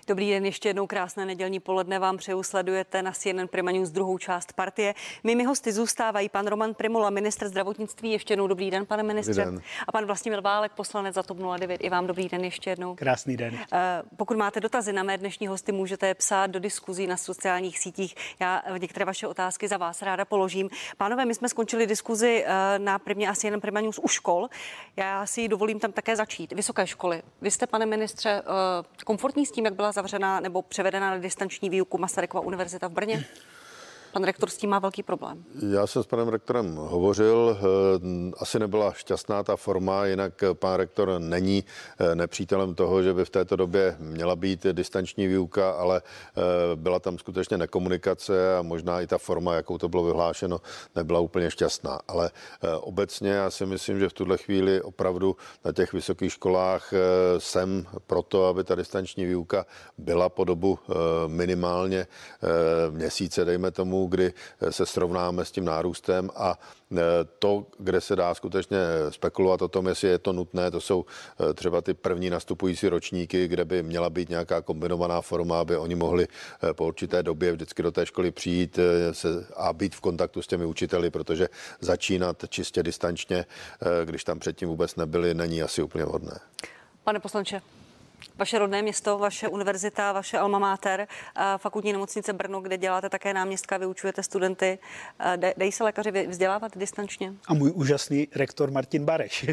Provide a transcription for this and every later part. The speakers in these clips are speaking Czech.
Dobrý den, ještě jednou krásné nedělní poledne vám přeju, sledujete na CNN Prima News druhou část Partie. Mými hosty zůstávají pan Roman Prymula, ministr zdravotnictví, ještě jednou dobrý den, pane ministře. A pan Vlastimil Válek, poslanec za TOP 09, i vám dobrý den ještě jednou. Krásný den. Pokud máte dotazy na mé dnešní hosty, můžete je psát do diskuzí na sociálních sítích. Já některé vaše otázky za vás ráda položím. Pánové, my jsme skončili diskuzi na Primě a CNN Prima News u škol. Já si dovolím tam také začít. Vysoké školy. Vy jste, pane ministře, komfortní s tím, jak byla zavřena nebo převedena na distanční výuku Masarykova univerzita v Brně? Pan rektor s tím má velký problém. Já jsem s panem rektorem hovořil, asi nebyla šťastná ta forma, jinak pan rektor není nepřítelem toho, že by v této době měla být distanční výuka, ale byla tam skutečně nekomunikace a možná i ta forma, jakou to bylo vyhlášeno, nebyla úplně šťastná. Ale obecně já si myslím, že v tuhle chvíli opravdu na těch vysokých školách jsem proto, aby ta distanční výuka byla po dobu minimálně měsíce, dejme tomu, kdy se srovnáme s tím nárůstem a to, kde se dá skutečně spekulovat o tom, jestli je to nutné, to jsou třeba ty první nastupující ročníky, kde by měla být nějaká kombinovaná forma, aby oni mohli po určité době vždycky do té školy přijít a být v kontaktu s těmi učiteli, protože začínat čistě distančně, když tam předtím vůbec nebyli, není asi úplně vhodné. Pane poslanče. Vaše rodné město, vaše univerzita, vaše alma mater, fakultní nemocnice Brno, kde děláte také náměstka, vyučujete studenty. Dají se lékaři vzdělávat distančně? A můj úžasný rektor Martin Bareš.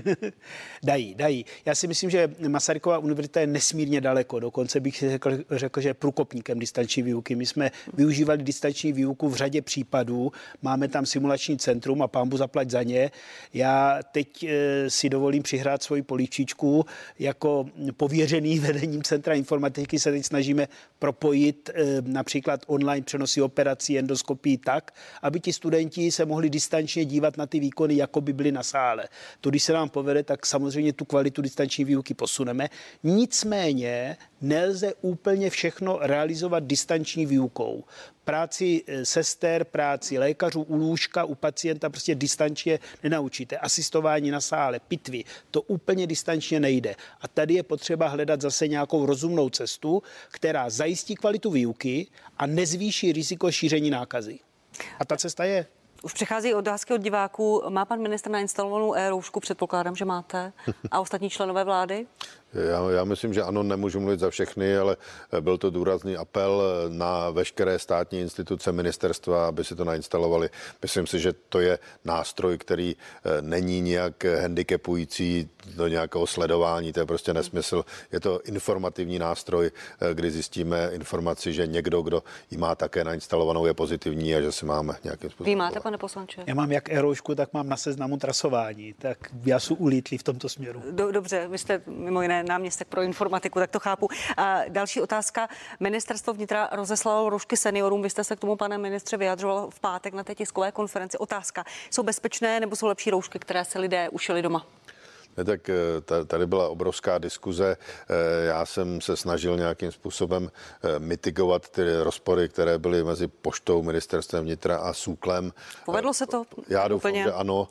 Dají. Já si myslím, že Masarykova univerzita je nesmírně daleko. Dokonce bych si řekl, že je průkopníkem distanční výuky. My jsme využívali distanční výuku v řadě případů. Máme tam simulační centrum a pánbu zaplať za ně. Já teď si dovolím přihrát svoji polívčičku jako pověřený vedením Centra informatiky se teď snažíme propojit například online přenosy operací, endoskopií tak, aby ti studenti se mohli distančně dívat na ty výkony, jako by byli na sále. To, když se nám povede, tak samozřejmě tu kvalitu distanční výuky posuneme. Nicméně nelze úplně všechno realizovat distanční výukou. Práci sester, práci lékařů u lůžka, u pacienta prostě distančně nenaučíte. Asistování na sále, pitvy, to úplně distančně nejde. A tady je potřeba hledat zase nějakou rozumnou cestu, která zajistí kvalitu výuky a nezvýší riziko šíření nákazy. A ta cesta je. Už přichází otázky od diváků. Má pan ministr nainstalovanou e-roušku? Předpokládám, že máte. A ostatní členové vlády? Já myslím, že ano, nemůžu mluvit za všechny, ale byl to důrazný apel na veškeré státní instituce, ministerstva, aby si to nainstalovali. Myslím si, že to je nástroj, který není nijak handicapující do nějakého sledování, to je prostě nesmysl. Je to informativní nástroj, kdy zjistíme informaci, že někdo, kdo ji má také nainstalovanou, je pozitivní a že si máme nějakým způsobem. Vy máte, pane poslanče? Já mám jak e-roušku, tak mám na seznamu trasování, tak já jsem ulítlý v tomto směru. Dobře, vy jste mimo jiné náměstek pro informatiku, tak to chápu. A další otázka. Ministerstvo vnitra rozeslalo roušky seniorům. Vy jste se k tomu, pane ministře, vyjadřoval v pátek na té tiskové konferenci. Otázka. Jsou bezpečné nebo jsou lepší roušky, které se lidé ušili doma? Tak tady byla obrovská diskuze. Já jsem se snažil nějakým způsobem mitigovat ty rozpory, které byly mezi poštou, ministerstvem vnitra a SÚKLem. Povedlo se to? Já doufám, že ano.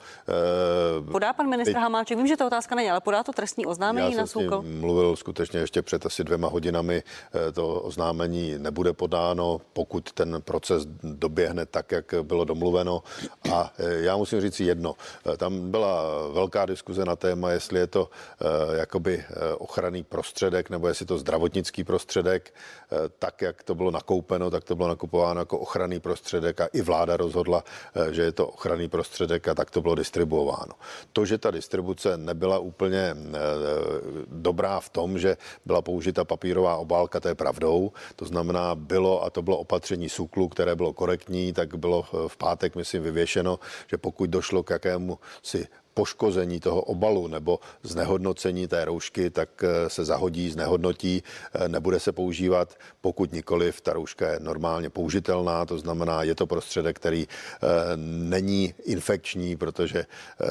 Podá pan ministr Hamáček, vím, že ta otázka není, ale podá to trestní oznámení na SÚKL? Já jsem mluvil skutečně ještě před asi 2 hodinami. To oznámení nebude podáno, pokud ten proces doběhne tak, jak bylo domluveno. A já musím říct jedno. Tam byla velká diskuze na téma, jestli je to jakoby ochranný prostředek nebo jestli to zdravotnický prostředek, tak jak to bylo nakoupeno, tak to bylo nakupováno jako ochranný prostředek a i vláda rozhodla, že je to ochranný prostředek a tak to bylo distribuováno. To, že ta distribuce nebyla úplně dobrá v tom, že byla použita papírová obálka, to je pravdou, to znamená bylo, a to bylo opatření SÚKLu, které bylo korektní, tak bylo v pátek, myslím, vyvěšeno, že pokud došlo k jakému si poškození toho obalu nebo znehodnocení té roušky, tak se zahodí, znehodnotí, nebude se používat, pokud nikoliv, ta rouška je normálně použitelná, to znamená, je to prostředek, který není infekční, protože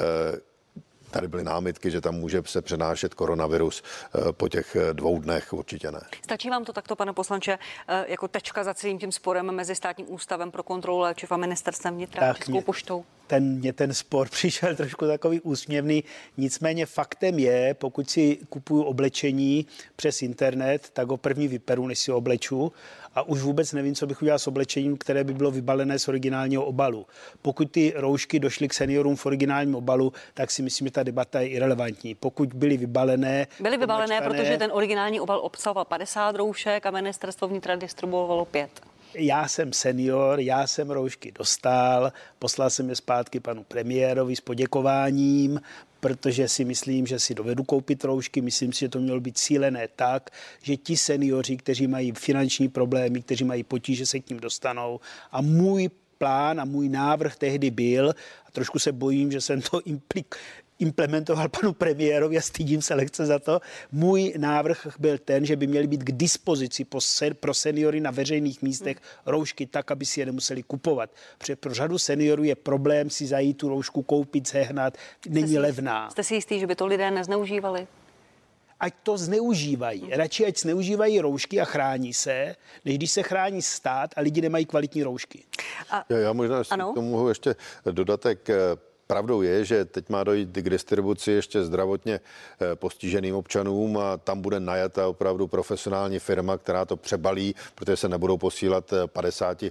tady byly námitky, že tam může se přenášet koronavirus po těch 2 dnech, určitě ne. Stačí vám to takto, pane poslanče, jako tečka za celým tím sporem mezi Státním ústavem pro kontrolu léčiv a ministerstvem vnitra a Českou poštou? Mně ten spor přišel trošku takový úsměvný. Nicméně faktem je, pokud si kupuju oblečení přes internet, tak ho první vyperu, než si ho obleču. A už vůbec nevím, co bych udělal s oblečením, které by bylo vybalené z originálního obalu. Pokud ty roušky došly k seniorům v originálním obalu, tak si myslím, že ta debata je irelevantní. Pokud byly vybalené, protože ten originální obal obsahoval 50 roušek a ministerstvo vnitra distribuovalo 5. Já jsem senior, já jsem roušky dostal, poslal jsem je zpátky panu premiérovi s poděkováním, protože si myslím, že si dovedu koupit roušky. Myslím si, že to mělo být cílené tak, že ti seniori, kteří mají finanční problémy, kteří mají potíže, se k ním dostanou. A můj plán a můj návrh tehdy byl, a trošku se bojím, že jsem to implementoval panu premiérovi a stydím se lehce za to. Můj návrh byl ten, že by měly být k dispozici pro seniory na veřejných místech roušky tak, aby si je nemuseli kupovat. Protože pro řadu seniorů je problém si zajít tu roušku koupit, sehnat, není levná. Jste si jistý, že by to lidé nezneužívali? Ať to zneužívají. Radši ať zneužívají roušky a chrání se, než když se chrání stát a lidi nemají kvalitní roušky. Já možná k tomu mohu ještě dodatek. Pravdou je, že teď má dojít k distribuci ještě zdravotně postiženým občanům a tam bude najata opravdu profesionální firma, která to přebalí, protože se nebudou posílat 50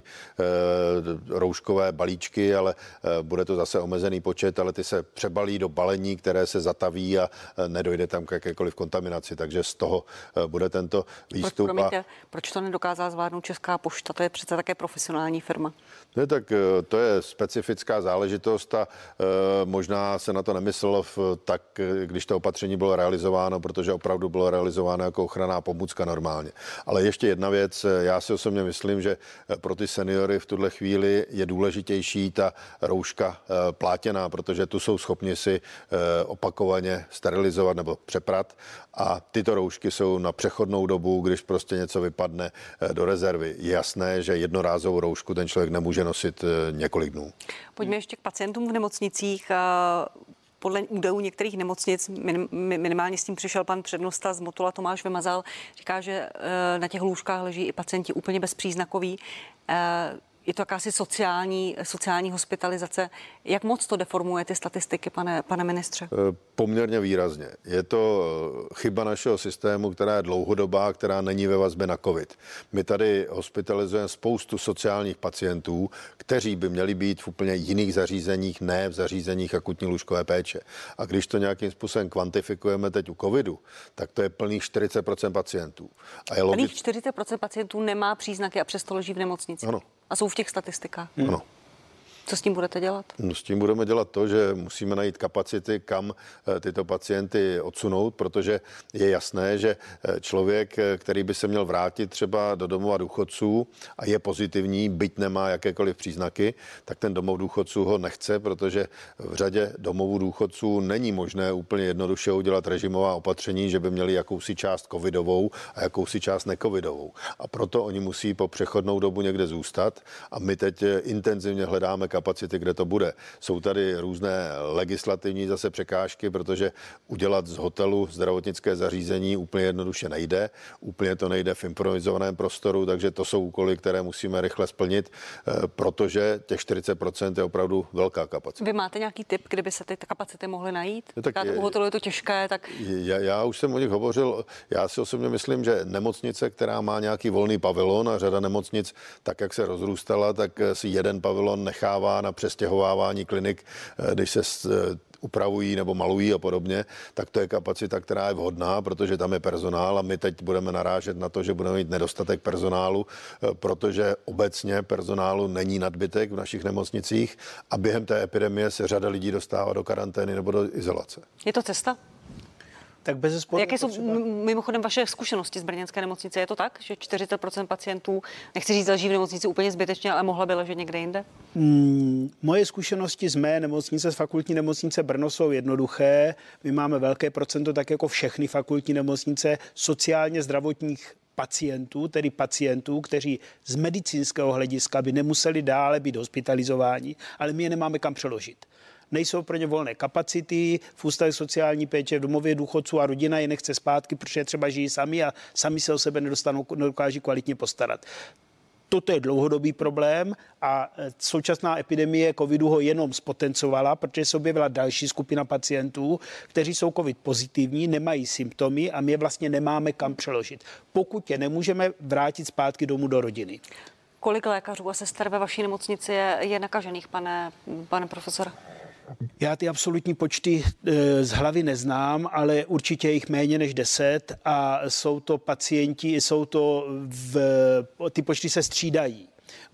rouškové balíčky, ale bude to zase omezený počet, ale ty se přebalí do balení, které se zataví a nedojde tam k jakékoliv kontaminaci. Takže z toho bude tento výstup. Proč to nedokázala zvládnout Česká pošta? To je přece také profesionální firma. Ne, tak to je specifická záležitost a možná se na to nemyslelo tak, když to opatření bylo realizováno, protože opravdu bylo realizováno jako ochranná pomůcka normálně. Ale ještě jedna věc, já si osobně myslím, že pro ty seniory v tuhle chvíli je důležitější ta rouška plátěná, protože tu jsou schopni si opakovaně sterilizovat nebo přeprat a tyto roušky jsou na přechodnou dobu, když prostě něco vypadne do rezervy. Je jasné, že jednorázovou roušku ten člověk nemůže nosit několik dnů. Pojďme ještě k pacientům v nemocnicích. Podle údajů některých nemocnic, minimálně s tím přišel pan přednosta z Motola Tomáš Vymazal, říká, že na těch lůžkách leží i pacienti úplně bezpříznakoví. Je to jakási sociální hospitalizace. Jak moc to deformuje ty statistiky, pane ministře? Poměrně výrazně. Je to chyba našeho systému, která je dlouhodobá, která není ve vazbě na COVID. My tady hospitalizujeme spoustu sociálních pacientů, kteří by měli být v úplně jiných zařízeních, ne v zařízeních akutní lůžkové péče. A když to nějakým způsobem kvantifikujeme teď u covidu, tak to je plných 40% pacientů. Plných 40% pacientů nemá příznaky a přesto leží v nemocnici. Ano. A jsou v těch statistikách. Ano. Co s tím budete dělat? No, s tím budeme dělat to, že musíme najít kapacity, kam tyto pacienty odsunout, protože je jasné, že člověk, který by se měl vrátit třeba do domova důchodců a je pozitivní, byť nemá jakékoliv příznaky, tak ten domov důchodců ho nechce, protože v řadě domovů důchodců není možné úplně jednoduše udělat režimová opatření, že by měli jakousi část covidovou a jakousi část necovidovou. A proto oni musí po přechodnou dobu někde zůstat a my teď intenzivně hledáme kapacity, kde to bude. Jsou tady různé legislativní zase překážky, protože udělat z hotelu zdravotnické zařízení úplně jednoduše nejde. Úplně to nejde v improvizovaném prostoru, takže to jsou úkoly, které musíme rychle splnit, protože těch 40% je opravdu velká kapacita. Vy máte nějaký tip, kdyby se ty kapacity mohly najít? U hotelu je to těžké, tak... Já už jsem o nich hovořil. Já si osobně myslím, že nemocnice, která má nějaký volný pavilon a řada nemocnic, tak jak se rozrůstala, tak si jeden pavilon nechává na přestěhovávání klinik, když se upravují nebo malují a podobně, tak to je kapacita, která je vhodná, protože tam je personál a my teď budeme narážet na to, že budeme mít nedostatek personálu, protože obecně personálu není nadbytek v našich nemocnicích a během té epidemie se řada lidí dostává do karantény nebo do izolace. Je to cesta? Tak bezesporu. Jaké jsou mimochodem vaše zkušenosti z brněnské nemocnice? Je to tak, že 40% pacientů, nechci říct, leží v nemocnici úplně zbytečně, ale mohla by ležet někde jinde? Moje zkušenosti z mé nemocnice, z fakultní nemocnice Brno jsou jednoduché. My máme velké procento, tak jako všechny fakultní nemocnice, sociálně zdravotních pacientů, tedy pacientů, kteří z medicínského hlediska by nemuseli dále být hospitalizováni, ale my je nemáme kam přeložit. Nejsou pro ně volné kapacity, v ústavě sociální péče, v domově důchodců a rodina je nechce zpátky, protože třeba žijí sami a sami se o sebe nedokáží kvalitně postarat. Toto je dlouhodobý problém a současná epidemie covidu ho jenom spotencovala, protože se objevila další skupina pacientů, kteří jsou covid pozitivní, nemají symptomy a my je vlastně nemáme kam přeložit. Pokud je nemůžeme vrátit zpátky domů do rodiny. Kolik lékařů a sester ve vaší nemocnici je nakažených, pane profesor? Já ty absolutní počty z hlavy neznám, ale určitě je jich méně než 10 a jsou to pacienti, ty počty se střídají.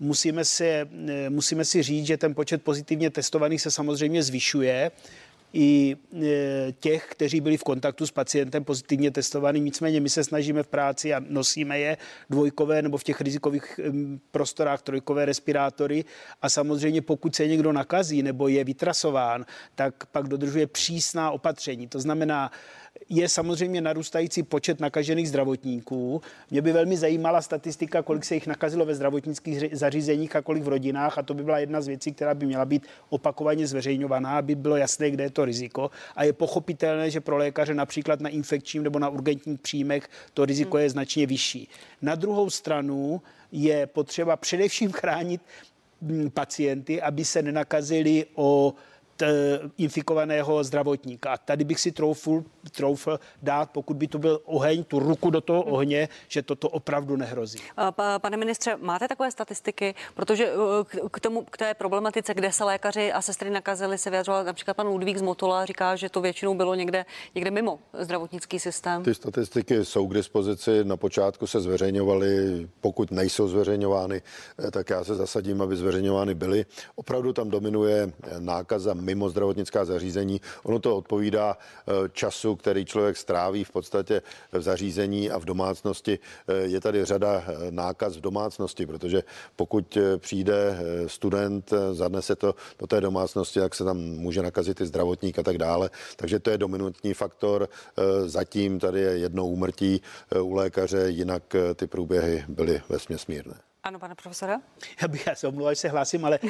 Musíme si říct, že ten počet pozitivně testovaných se samozřejmě zvyšuje, i těch, kteří byli v kontaktu s pacientem pozitivně testovaným. Nicméně my se snažíme v práci a nosíme je dvojkové nebo v těch rizikových prostorách trojkové respirátory a samozřejmě pokud se někdo nakazí nebo je vytrasován, tak pak dodržuje přísná opatření. To znamená, je samozřejmě narůstající počet nakažených zdravotníků. Mě by velmi zajímala statistika, kolik se jich nakazilo ve zdravotnických zařízeních a kolik v rodinách a to by byla jedna z věcí, která by měla být opakovaně zveřejňovaná, aby bylo jasné, kde je to riziko. A je pochopitelné, že pro lékaře například na infekčním nebo na urgentních příjmech to riziko je značně vyšší. Na druhou stranu je potřeba především chránit pacienty, aby se nenakazili o infikovaného zdravotníka. A tady bych si troufl dát, pokud by to byl oheň, tu ruku do toho ohně, že toto opravdu nehrozí. Pane ministře, máte takové statistiky? Protože k té problematice, kde se lékaři a sestry nakazili, se vyjadřoval například pan Ludvík z Motola, říká, že to většinou bylo někde mimo zdravotnický systém. Ty statistiky jsou k dispozici, na počátku se zveřejňovaly, pokud nejsou zveřejňovány, tak já se zasadím, aby zveřejňovány byly. Opravdu tam dominuje nákaza mimo zdravotnická zařízení. Ono to odpovídá času, který člověk stráví v podstatě v zařízení a v domácnosti. Je tady řada nákaz v domácnosti, protože pokud přijde student, zadnese to do té domácnosti, tak se tam může nakazit i zdravotník a tak dále. Takže to je dominantní faktor. Zatím tady je jedno úmrtí u lékaře, jinak ty průběhy byly vesměs mírné. Ano, pane profesore? Já se omlouvám, že se hlásím, ale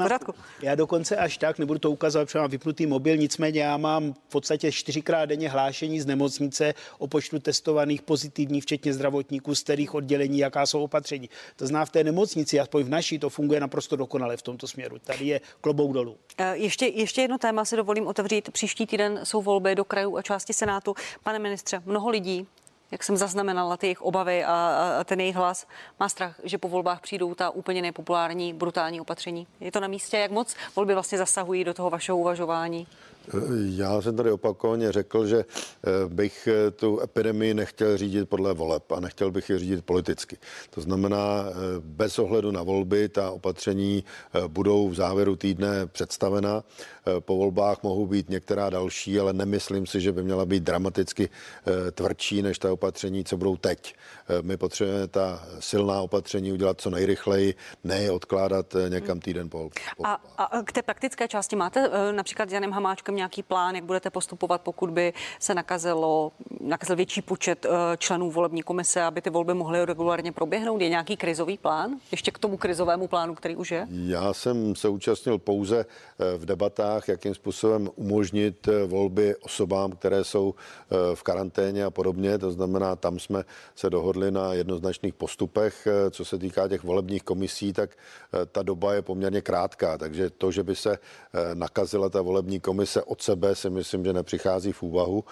já dokonce až tak, nebudu to ukazovat, protože mám vypnutý mobil, nicméně já mám v podstatě 4krát denně hlášení z nemocnice o počtu testovaných pozitivních, včetně zdravotníků, z kterých oddělení, jaká jsou opatření. To znamená v té nemocnici, aspoň v naší, to funguje naprosto dokonale v tomto směru. Tady je klobouk dolů. Ještě jedno téma si dovolím otevřít. Příští týden jsou volby do krajů a části Senátu. Pane ministře, mnoho lidí, jak jsem zaznamenala ty jejich obavy a ten jejich hlas, má strach, že po volbách přijdou ta úplně nepopulární, brutální opatření. Je to na místě? Jak moc volby vlastně zasahují do toho vašeho uvažování? Já jsem tady opakovaně řekl, že bych tu epidemii nechtěl řídit podle voleb a nechtěl bych ji řídit politicky. To znamená, bez ohledu na volby ta opatření budou v závěru týdne představena. Po volbách mohou být některá další, ale nemyslím si, že by měla být dramaticky tvrdší než ta opatření, co budou teď. My potřebujeme ta silná opatření udělat co nejrychleji, ne je odkládat někam týden po volbách. A k té praktické části máte například s Janem Hamáčkem nějaký plán, jak budete postupovat, pokud by se nakazil větší počet členů volební komise, aby ty volby mohly regulárně proběhnout? Je nějaký krizový plán? Ještě k tomu krizovému plánu, který už je? Já jsem se účastnil pouze v debatách, jakým způsobem umožnit volby osobám, které jsou v karanténě a podobně. To znamená, tam jsme se dohodli na jednoznačných postupech. Co se týká těch volebních komisí, tak ta doba je poměrně krátká, takže to, že by se nakazila ta volební komise od sebe, si myslím, že nepřichází v úvahu.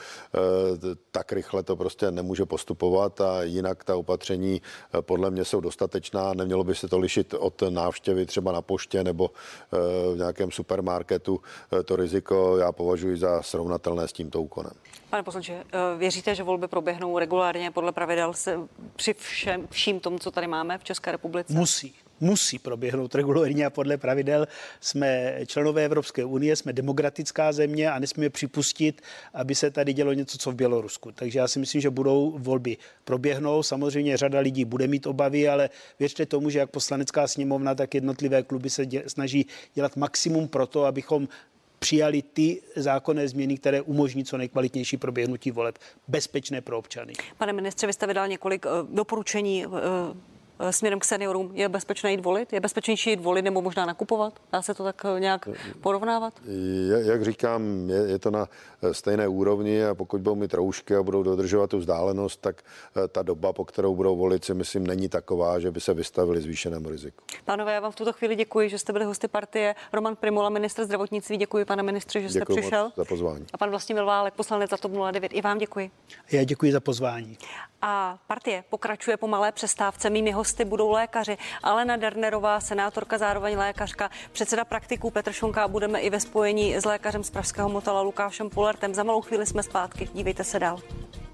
Tak rychle to prostě nemůže postupovat a jinak ta opatření podle mě jsou dostatečná. Nemělo by se to lišit od návštěvy třeba na poště nebo v nějakém supermarketu. To riziko já považuji za srovnatelné s tímto úkonem. Pane poslanče, věříte, že volby proběhnou regulárně podle pravidel při vším tomu, co tady máme v České republice? Musí proběhnout regulárně a podle pravidel. Jsme členové Evropské unie, jsme demokratická země a nesmíme připustit, aby se tady dělo něco, co v Bělorusku. Takže já si myslím, že budou volby proběhnou. Samozřejmě řada lidí bude mít obavy, ale věřte tomu, že jak Poslanecká sněmovna, tak jednotlivé kluby se snaží dělat maximum pro to, abychom přijali ty zákonné změny, které umožní co nejkvalitnější proběhnutí voleb, bezpečné pro občany. Pane ministře, vy jste vydal několik doporučení směrem k seniorům? Je bezpečné jít volit? Je bezpečnější jít volit nebo možná nakupovat? Dá se to tak nějak porovnávat? Jak říkám, je to na stejné úrovni a pokud budou mít roušky a budou dodržovat tu vzdálenost, tak ta doba, po kterou budou volit, si myslím, není taková, že by se vystavili zvýšenému riziku. Pánové, já vám v tuto chvíli děkuji, že jste byli hosty partie. Roman Prymula, ministr zdravotnictví, děkuji, pane ministře, že jste přišel. Moc za pozvání. A pan Vlastimil Válek, poslanec za TOP 09. I vám děkuji. Já děkuji za pozvání. A partie pokračuje po malé přestávce. Mými hosty budou lékaři Alena Dernerová, senátorka, zároveň lékařka, předseda praktiků Petr Šonka. Budeme i ve spojení s lékařem z pražského Motola Lukášem Polertem. Za malou chvíli jsme zpátky. Dívejte se dál.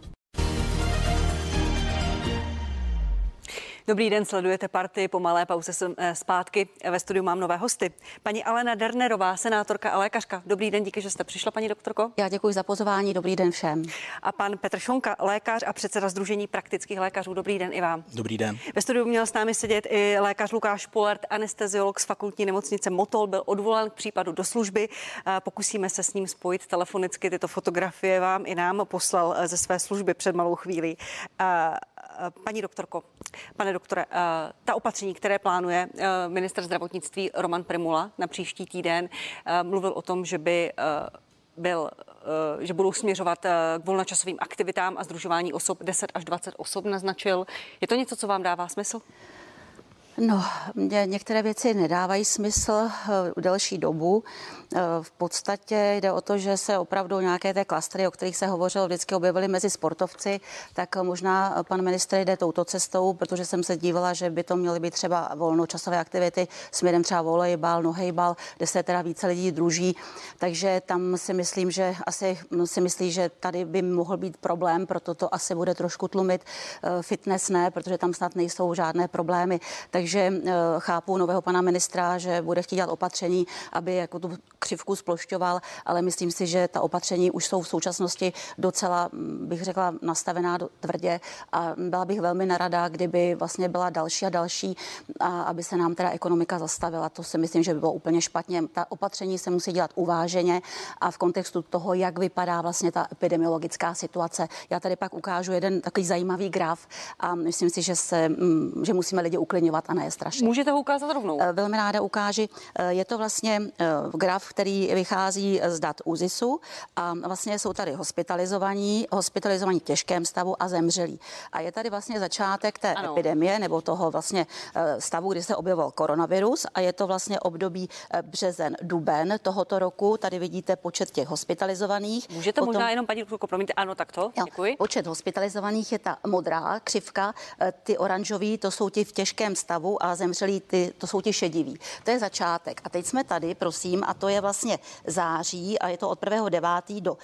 Dobrý den, sledujete partii, po malé pauze jsem zpátky. Ve studiu mám nové hosty. Paní Alena Dernerová, senátorka a lékařka. Dobrý den, díky, že jste přišla, paní doktorko. Já děkuji za pozvání, dobrý den všem. A pan Petr Šonka, lékař a předseda Sdružení praktických lékařů. Dobrý den i vám. Dobrý den. Ve studiu měl s námi sedět i lékař Lukáš Polert, anesteziolog z fakultní nemocnice Motol, byl odvolán k případu do služby. Pokusíme se s ním spojit telefonicky. Tyto fotografie vám i nám poslal ze své služby před malou chvílí. Paní doktorko, pane doktore, ta opatření, které plánuje ministr zdravotnictví Roman Prymula na příští týden, mluvil o tom, že že budou směřovat k volnočasovým aktivitám a sdružování osob, 10 až 20 osob naznačil. Je to něco, co vám dává smysl? No, mě některé věci nedávají smysl delší dobu. V podstatě jde o to, že se opravdu nějaké té klastry, o kterých se hovořilo, vždycky objevily mezi sportovci, tak možná pan ministr jde touto cestou, protože jsem se dívala, že by to měly být třeba volnočasové aktivity směrem třeba volejbal, nohejbal, kde se teda více lidí druží. Takže tam si myslím, že asi si myslí, že tady by mohl být problém, proto to asi bude trošku tlumit. Fitness ne, protože tam snad nejsou žádné problémy. Takže chápu nového pana ministra, že bude chtít dělat opatření, aby jako tu křivku splošťoval, ale myslím si, že ta opatření už jsou v současnosti docela, bych řekla, nastavená tvrdě a byla bych velmi nerada, kdyby vlastně byla další a další, a aby se nám teda ekonomika zastavila. To si myslím, že by bylo úplně špatně. Ta opatření se musí dělat uváženě a v kontextu toho, jak vypadá vlastně ta epidemiologická situace. Já tady pak ukážu jeden takový zajímavý graf a myslím si, že musíme lidi uklidňovat a ne strašit. Můžete ho ukázat rovnou? Velmi ráda ukáži. Je to vlastně graf, který vychází z dat ÚZISu a vlastně jsou tady hospitalizovaní v těžkém stavu a zemřelí. A je tady vlastně začátek té epidemie nebo toho vlastně stavu, kdy se objevil koronavirus a je to vlastně období březen, duben tohoto roku. Tady vidíte počet těch hospitalizovaných. Můžete potom, možná jenom, paní doktorko, promiňte, ano, takto, děkuji. Počet hospitalizovaných je ta modrá křivka, ty oranžový, to jsou ti v těžkém stavu a zemřelí, to jsou ti šediví. To je začátek. A teď jsme tady, prosím, a to je vlastně září a je to od 1.9. do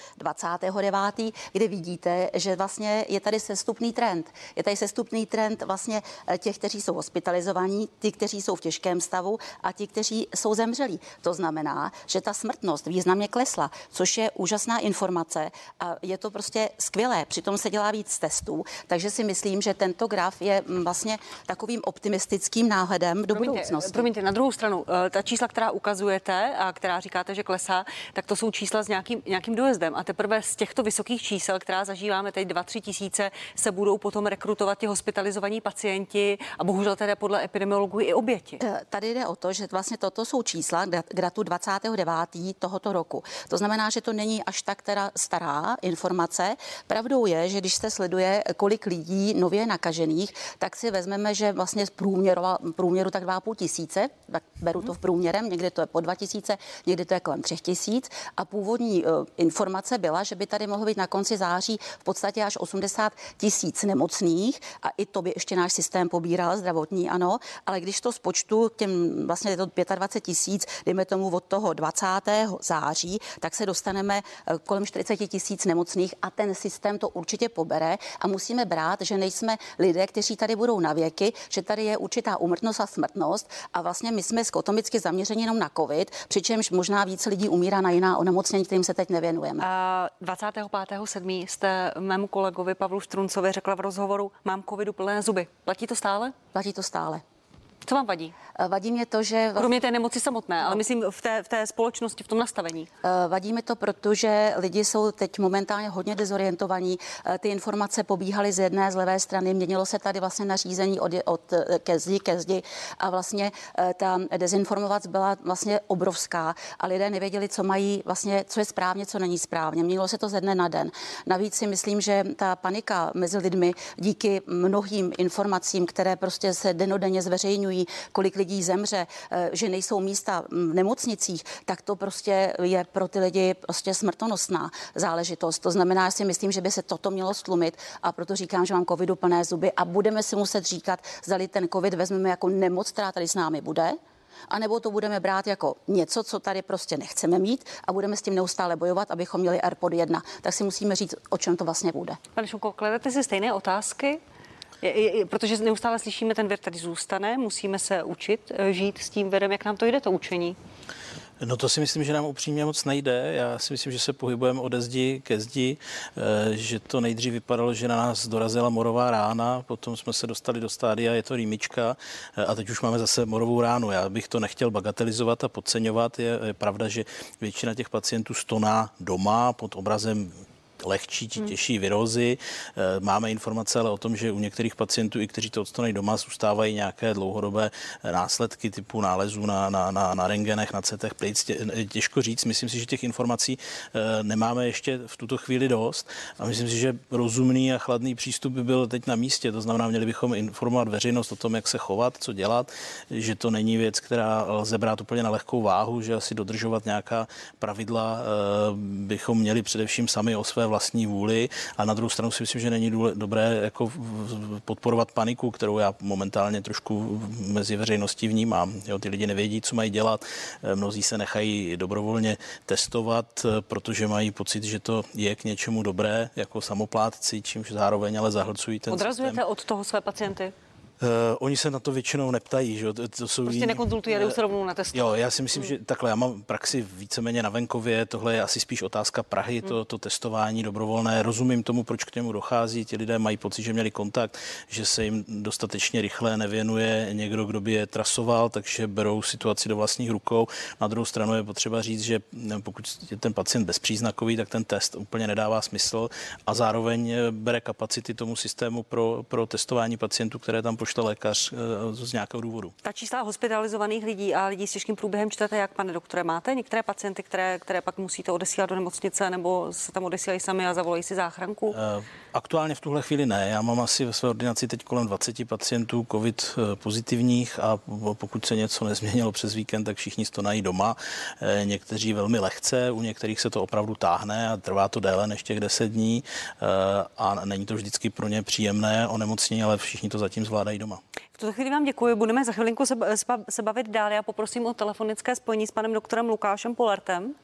29., kde vidíte, že vlastně je tady sestupný trend. Je tady sestupný trend vlastně těch, kteří jsou hospitalizovaní, ty, kteří jsou v těžkém stavu a ti, kteří jsou zemřelí. To znamená, že ta smrtnost významně klesla, což je úžasná informace a je to prostě skvělé. Přitom se dělá víc testů, takže si myslím, že tento graf je vlastně takovým optimistickým náhledem do budoucnosti. Promiňte, na druhou stranu, ta čísla, která ukazujete a která říkáte, že klesá, tak to jsou čísla s nějakým dojezdem. A teprve z těchto vysokých čísel, která zažíváme teď 2-3 tisíce, se budou potom rekrutovat ti hospitalizovaní pacienti a bohužel tedy podle epidemiologů i oběti. Tady jde o to, že vlastně toto jsou čísla k datu 29. tohoto roku. To znamená, že to není až tak teda stará informace. Pravdou je, že když se sleduje, kolik lidí nově nakažených, tak si vezmeme, že vlastně z průměru tak 2,5 tisíce, tak beru to v průměrem, někdy to je po 2 tisíce, někdy to je kolem 3 tisíc a původní informace byla, že by tady mohlo být na konci září v podstatě až 80 tisíc nemocných a i to by ještě náš systém pobíral zdravotní, ano, ale když to spočtu těm vlastně je to 25 tisíc, dejme tomu od toho 20. září, tak se dostaneme kolem 40 tisíc nemocných a ten systém to určitě pobere a musíme brát, že nejsme lidé, kteří tady budou na věky, že tady je určitá úmrtnost a smrtnost a vlastně my jsme skotomicky zaměřeni jenom na covid, přičemž možná více lidí umírá na jiná onemocnění, kterým se teď nevěnujeme. 25.7. jste mému kolegovi Pavlu Štruncovi řekla v rozhovoru, mám covidu plné zuby. Platí to stále? Platí to stále. Co vám vadí? Vadí mě to, že... Kromě té nemoci samotné, ale myslím v té společnosti, v tom nastavení. Vadí mi to, protože lidi jsou teď momentálně hodně dezorientovaní. Ty informace pobíhaly z jedné, z levé strany. Měnilo se tady vlastně nařízení ke zdi a vlastně ta dezinformovac byla vlastně obrovská a lidé nevěděli, co mají vlastně, co je správně, co není správně. Měnilo se to ze dne na den. Navíc si myslím, že ta panika mezi lidmi díky mnohým informacím, které prostě se dennodenně zveřejňují, kolik lidí zemře, že nejsou místa v nemocnicích, tak to prostě je pro ty lidi prostě smrtonosná záležitost. To znamená, si myslím, že by se toto mělo stlumit a proto říkám, že mám covidu plné zuby a budeme si muset říkat, zdali ten covid vezmeme jako nemoc, která tady s námi bude, anebo to budeme brát jako něco, co tady prostě nechceme mít a budeme s tím neustále bojovat, abychom měli AirPod 1. Tak si musíme říct, o čem to vlastně bude. Pane Šumko, kladete si stejné otázky? Protože neustále slyšíme, ten vir tady zůstane, musíme se učit žít s tím virem, jak nám to jde, to učení? No to si myslím, že nám upřímně moc nejde. Já si myslím, že se pohybujeme ode zdi ke zdi, že to nejdřív vypadalo, že na nás dorazila morová rána, potom jsme se dostali do stádia, je to rýmička a teď už máme zase morovou ránu. Já bych to nechtěl bagatelizovat a podceňovat. Je pravda, že většina těch pacientů stoná doma pod obrazem lehčí či těžší virózy. Máme informace ale o tom, že u některých pacientů, i kteří to odstanou doma, zůstávají nějaké dlouhodobé následky typu nálezů na rentgenech, na CT plic. Těžko říct. Myslím si, že těch informací nemáme ještě v tuto chvíli dost a myslím si, že rozumný a chladný přístup by byl teď na místě. To znamená, měli bychom informovat veřejnost o tom, jak se chovat, co dělat, že to není věc, která lze brát úplně na lehkou váhu, že asi dodržovat nějaká pravidla bychom měli především sami o své vlastní vůli a na druhou stranu si myslím, že není dobré jako podporovat paniku, kterou já momentálně trošku mezi veřejností vnímám. Jo, ty lidi nevědí, co mají dělat, mnozí se nechají dobrovolně testovat, protože mají pocit, že to je k něčemu dobré jako samoplátci, čímž zároveň ale zahlcují ten Odrazujete systém. od toho své pacienty? Oni se na to většinou neptají, že? To jsou prostě nekonzultují, jdou se rovnou na test. Jo, já si myslím, že takhle, já mám praxi víceméně na venkově, tohle je asi spíš otázka Prahy, to testování dobrovolné. Rozumím tomu, proč k němu dochází, ti lidé mají pocit, že měli kontakt, že se jim dostatečně rychle nevěnuje někdo, kdo by je trasoval, takže berou situaci do vlastních rukou. Na druhou stranu je potřeba říct, že pokud je ten pacient bezpříznakový, tak ten test úplně nedává smysl a zároveň bere kapacity tomu systému pro testování pacientů, které tam pošle lékař z nějakého důvodu. Ta čísla hospitalizovaných lidí a lidí s těžkým průběhem čtete, jak, pane doktore, máte některé pacienty, které pak musíte odesílat do nemocnice nebo se tam odesílají sami a zavolají si záchranku? Aktuálně v tuhle chvíli ne. Já mám asi ve své ordinaci teď kolem 20 pacientů covid pozitivních a pokud se něco nezměnilo přes víkend, tak všichni stojí doma. Někteří velmi lehce, u některých se to opravdu táhne a trvá to déle než těch 10 dní a není to vždycky pro ně příjemné onemocnění, ale všichni to zatím zvládají doma. V tuto chvíli vám děkuji. Budeme za chvilinku se bavit dál. Já poprosím o telefonické spojení s panem doktorem Lukášem Polertem.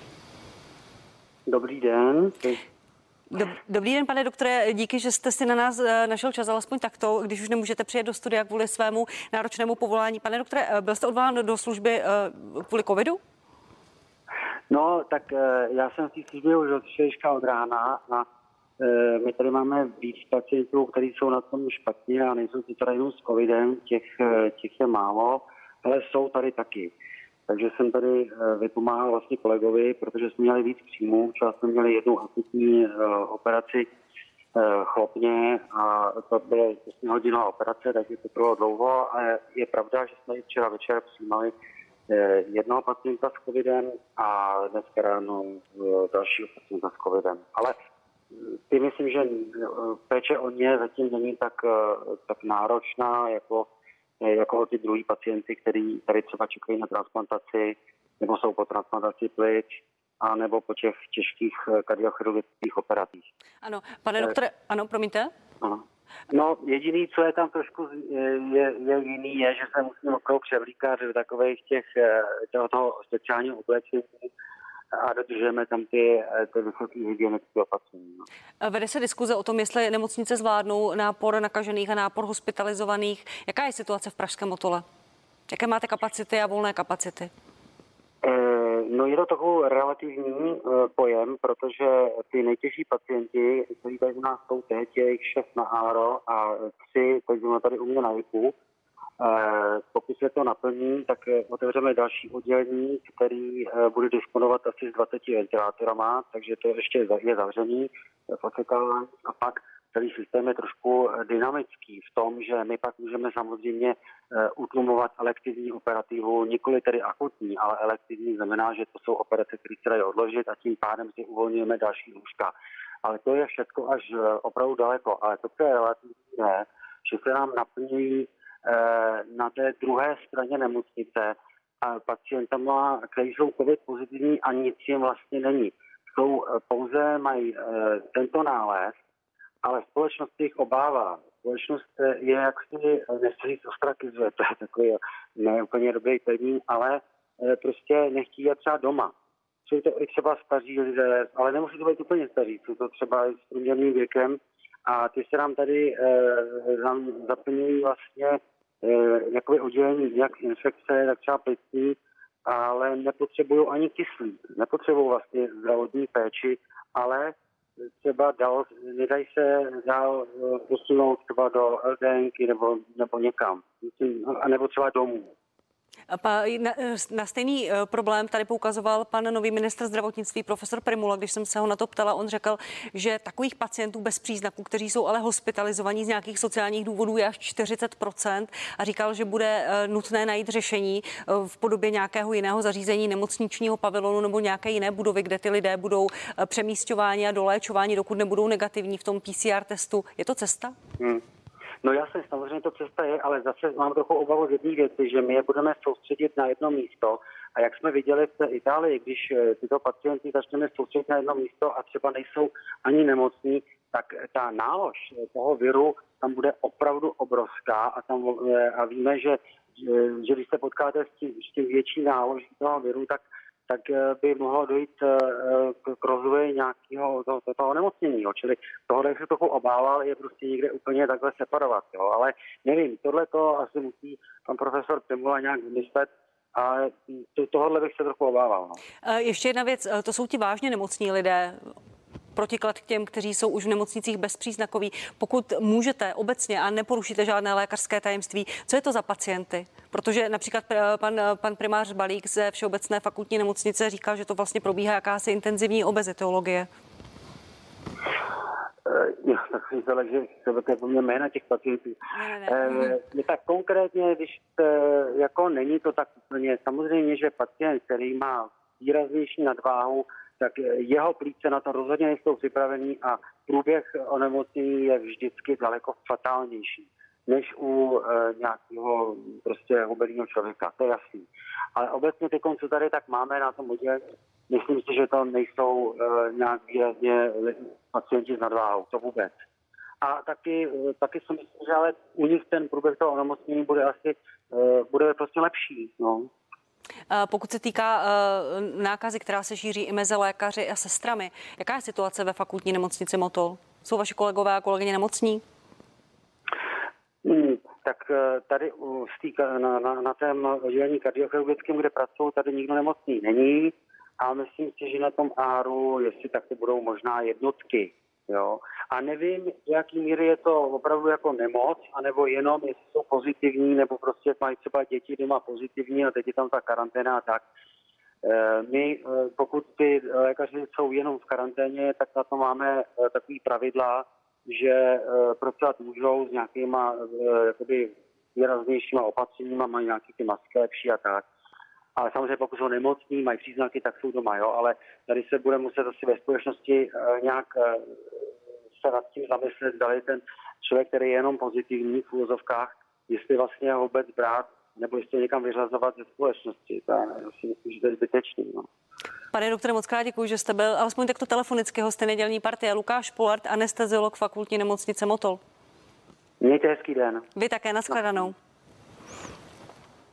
Dobrý den. Dobrý den, pane doktore, díky, že jste si na nás našel čas, alespoň takto, když už nemůžete přijet do studia kvůli svému náročnému povolání. Pane doktore, byl jste odvolán do služby kvůli covidu? No, tak já jsem v té službě už od včerejška od rána a my tady máme víc pacientů, kteří jsou na tom špatně a nejsou to tady jenom s covidem, těch je málo, ale jsou tady taky. Takže jsem tady vypomáhal vlastně kolegovi, protože jsme měli víc příjmů. Třeba jsme měli jednu akutní operaci chlopně a to bylo 8hodinová operace, takže to bylo dlouho. A je pravda, že jsme včera večer přijímali jednoho pacienta s covidem a dneska ráno dalšího pacienta s covidem. Ale ty myslím, že péče o ně zatím není tak náročná jako ty druhý pacienty, kteří tady třeba čekají na transplantaci nebo jsou po transplantaci plic a nebo po těch těžkých kardiochirurgických operacích. Ano, pane doktore, ano, promiňte. Ano. No, jediný, co je tam trošku je jiný, je, že se musíme opravdu převlíkat do takových toho speciálního oblečení a dodržujeme tam ty vysoké hygienické opatření. No. Vede se diskuze o tom, jestli nemocnice zvládnou nápor nakažených a nápor hospitalizovaných. Jaká je situace v Pražském Motole? Jaké máte kapacity a volné kapacity? No je to takový relativní pojem, protože ty nejtěžší pacienti, kteří tady u nás jsou teď, je jich 6 na ARO a 3 teď jsme tady u mě na JIPu. Pokud se to naplní, tak otevřeme další oddělení, který bude disponovat asi s 20 ventilátorama, takže to ještě je zavřený v očekávání. A pak celý systém je trošku dynamický v tom, že my pak můžeme samozřejmě utlumovat elektivní operativu, nikoli tedy akutní, ale elektivní znamená, že to jsou operace, které se dají odložit a tím pádem si uvolňujeme další lůžka. Ale to je všechno až opravdu daleko. Ale to, co je relativní, je, že se nám naplňují na té druhé straně nemocnice a pacientama, kteří jsou COVID pozitivní a nic jim vlastně není. Pouze mají tento nález, ale společnost jich obává. Společnost je, jak si nechci říct, ostrakizuje, to je takový ne úplně dobrý termín, ale prostě nechtějí jít třeba doma. Jsou to i třeba staří lidé, ale nemusí to být úplně staří, jsou to třeba i s průměrným věkem a ty se nám tady zaplňují vlastně jakoby oddělení jak infekce, tak třeba plicní, ale nepotřebují ani kyslík, nepotřebují vlastně zdravotní péči, ale třeba nedají se dál posunout třeba do LDNky nebo někam, nebo třeba domů. Na stejný problém tady poukazoval pan nový ministr zdravotnictví profesor Prymula, když jsem se ho na to ptala, on řekl, že takových pacientů bez příznaků, kteří jsou ale hospitalizovaní z nějakých sociálních důvodů, je až 40% a říkal, že bude nutné najít řešení v podobě nějakého jiného zařízení, nemocničního pavilonu nebo nějaké jiné budovy, kde ty lidé budou přemísťováni a doléčováni, dokud nebudou negativní v tom PCR testu. Je to cesta? No jasně, samozřejmě to cesta je, ale zase mám trochu obavu z jedné věci, že my je budeme soustředit na jedno místo a jak jsme viděli v té Itálii, když tyto pacienty začneme soustředit na jedno místo a třeba nejsou ani nemocní, tak ta nálož toho viru tam bude opravdu obrovská a víme, že když se potkáte s tím větší náloží toho viru, tak by mohlo dojít k rozvoji nějakého toho onemocnění. Čili tohle, jak se trochu obával, je prostě někde úplně takhle separovat. Jo. Ale nevím, tohleto asi musí pan profesor Prymula nějak vymyslet, ale tohle bych se trochu obával. No. Ještě jedna věc, to jsou ti vážně nemocní lidé, protiklad k těm, kteří jsou už v nemocnicích bezpříznakoví. Pokud můžete obecně a neporušíte žádné lékařské tajemství, co je to za pacienty? Protože například pan primář Balík ze Všeobecné fakultní nemocnice říkal, že to vlastně probíhá jakási intenzivní obezitologie. Tak si záleží, že to mě jména těch pacientů. Ne. Tak konkrétně, když jako není to tak úplně, samozřejmě, že pacient, který má výraznější nadváhu, tak jeho plíce na to rozhodně nejsou připravený a průběh onemocnění je vždycky daleko fatálnější než u nějakého prostě hubeného člověka, to je jasný. Ale obecně ty co tady tak máme na tom oddělení, myslím si, že to nejsou nějak výrazně pacienti s nadváhou, to vůbec. A taky si myslím, že ale u nich ten průběh toho onemocnění bude prostě lepší, no. Pokud se týká nákazy, která se šíří i mezi lékaři a sestrami, jaká je situace ve fakultní nemocnici Motol? Jsou vaši kolegové a kolegyně nemocní? Tak tady na tém oddělení kardiochirurgickém, kde pracují, tady nikdo nemocný není. A myslím si, že na tom áru, jestli tak to budou možná jednotky. Jo? A nevím, do jaký míry je to opravdu jako nemoc, anebo jenom, jestli jsou pozitivní, nebo prostě mají třeba děti doma pozitivní a teď je tam ta karanténa a tak. My, pokud ty lékaři jsou jenom v karanténě, tak na to máme takový pravidla, že pracovat můžou s nějakýma jakoby výraznějšíma opatřeníma, mají nějaké ty masky lepší a tak. Ale samozřejmě pokud jsou nemocní, mají příznaky, tak jsou doma, jo, ale tady se bude muset asi ve společnosti nějak se nad tím zamyslet, zdali ten člověk, který je jenom pozitivní v úvozovkách, jestli vlastně ho vůbec brát, nebo jestli někam vyřazovat ze společnosti. To si myslím, že to je zbytečný. No. Pane doktore, moc krát děkuji, že jste byl alespoň takto telefonicky hostem Nedělní partie. Lukáš Polart, anesteziolog fakultní nemocnice Motol. Mějte hezký den. Vy také, nashledanou.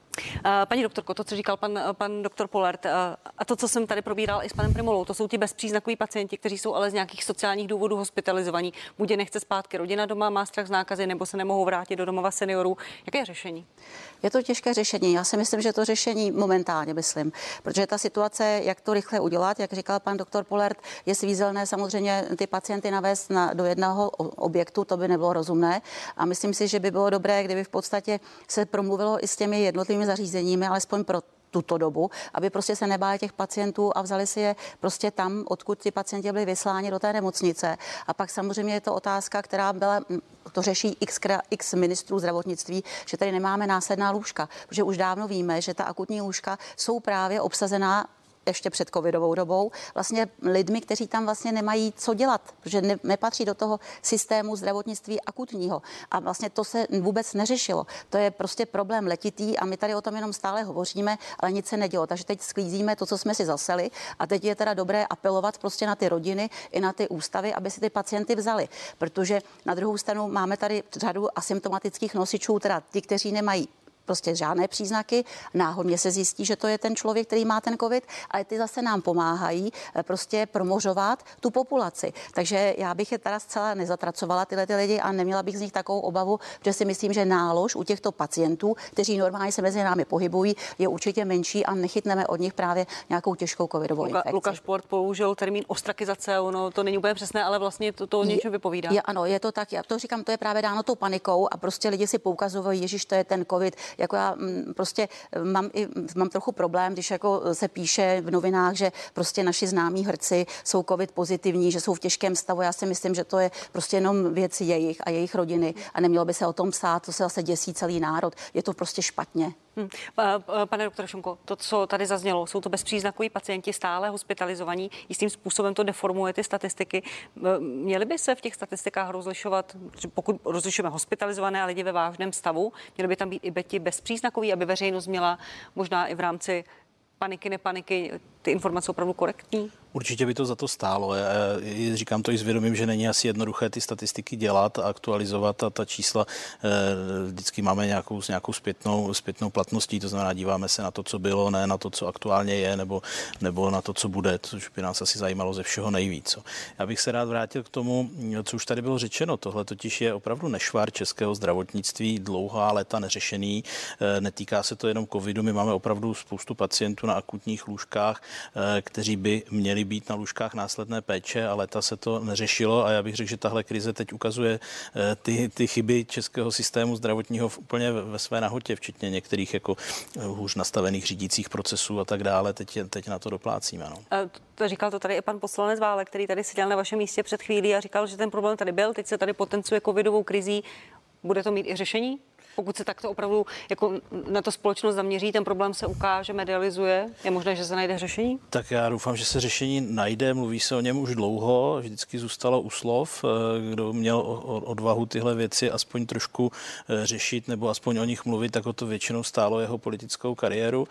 Paní doktorko, to, co říkal pan doktor Pollert, a to, co jsem tady probíral i s panem Primolou, to jsou ti bezpříznakoví pacienti, kteří jsou ale z nějakých sociálních důvodů hospitalizovaní. Buď je nechce zpátky rodina doma, má strach z nákazy, nebo se nemohou vrátit do domova seniorů. Jaké je řešení? Je to těžké řešení. Já si myslím, že to řešení momentálně protože ta situace, jak to rychle udělat, jak říkal pan doktor Pollert, je svízelné samozřejmě ty pacienty navést do jednoho objektu, to by nebylo rozumné. A myslím si, že by bylo dobré, kdyby v podstatě se promluvilo i s těmi jednotlivými zařízeními, alespoň pro tuto dobu, aby prostě se nebáli těch pacientů a vzali si je prostě tam, odkud ti pacienti byli vysláni do té nemocnice. A pak samozřejmě je to otázka, která byla, to řeší x ministrů zdravotnictví, že tady nemáme následná lůžka, protože už dávno víme, že ta akutní lůžka jsou právě obsazená ještě před covidovou dobou, vlastně lidmi, kteří tam vlastně nemají co dělat, protože nepatří do toho systému zdravotnictví akutního. A vlastně to se vůbec neřešilo. To je prostě problém letitý a my tady o tom jenom stále hovoříme, ale nic se nedělo. Takže teď sklízíme to, co jsme si zaseli a teď je teda dobré apelovat prostě na ty rodiny i na ty ústavy, aby si ty pacienty vzali. Protože na druhou stranu máme tady řadu asymptomatických nosičů, teda ti, kteří nemají prostě žádné příznaky. Náhodně se zjistí, že to je ten člověk, který má ten covid, ale ty zase nám pomáhají prostě promořovat tu populaci. Takže já bych je teda zcela nezatracovala tyhle ty lidi a neměla bych z nich takovou obavu, že si myslím, že nálož u těchto pacientů, kteří normálně se mezi námi pohybují, je určitě menší a nechytneme od nich právě nějakou těžkou covidovou infekci. Lukáš Port použil termín ostrakizace, ono to není úplně přesné, ale vlastně to něčem vypovídá. Ano, je to tak. Já to říkám, to je právě dáno tou panikou a prostě lidi si poukazují, ježiš, to je ten covid. Jako já prostě mám trochu problém, když jako se píše v novinách, že prostě naši známí herci jsou covid pozitivní, že jsou v těžkém stavu. Já si myslím, že to je prostě jenom věc jejich a jejich rodiny a nemělo by se o tom psát, to se zase děsí celý národ. Je to prostě špatně. Pane doktore Šonko, to, co tady zaznělo, jsou to bezpříznakoví pacienti stále hospitalizovaní, jistým způsobem to deformuje ty statistiky. Měly by se v těch statistikách rozlišovat, pokud rozlišujeme hospitalizované a lidi ve vážném stavu, měly by tam být i ti bezpříznakoví, aby veřejnost měla možná i v rámci paniky, nepaniky, ty informace opravdu korektní? Určitě by to za to stálo. Já říkám to i s vědomím, že není asi jednoduché ty statistiky dělat a aktualizovat a ta čísla vždycky máme nějakou zpětnou platností, to znamená díváme se na to, co bylo, ne na to, co aktuálně je, nebo na to, co bude, což by nás asi zajímalo ze všeho nejvíc. Já bych se rád vrátil k tomu, co už tady bylo řečeno. Tohle totiž je opravdu nešvar českého zdravotnictví, dlouhá léta neřešený. Netýká se to jenom covidu, my máme opravdu spoustu pacientů na akutních lůžkách, kteří by měli být na lůžkách následné péče, ale léta se to neřešilo a já bych řekl, že tahle krize teď ukazuje ty chyby českého systému zdravotního úplně ve své nahotě, včetně některých jako hůř nastavených řídících procesů a tak dále. Teď na to doplácíme. No. Říkal to tady i pan poslanec Válek, který tady seděl na vašem místě před chvílí a říkal, že ten problém tady byl, teď se tady potenciuje covidovou krizí. Bude to mít i řešení? Pokud se takto opravdu jako na to společnost zaměří, ten problém se ukáže, medializuje, je možné, že se najde řešení? Tak já doufám, že se řešení najde, mluví se o něm už dlouho, vždycky zůstalo u slov, kdo měl odvahu tyhle věci aspoň trošku řešit nebo aspoň o nich mluvit, tak o to většinou stálo jeho politickou kariéru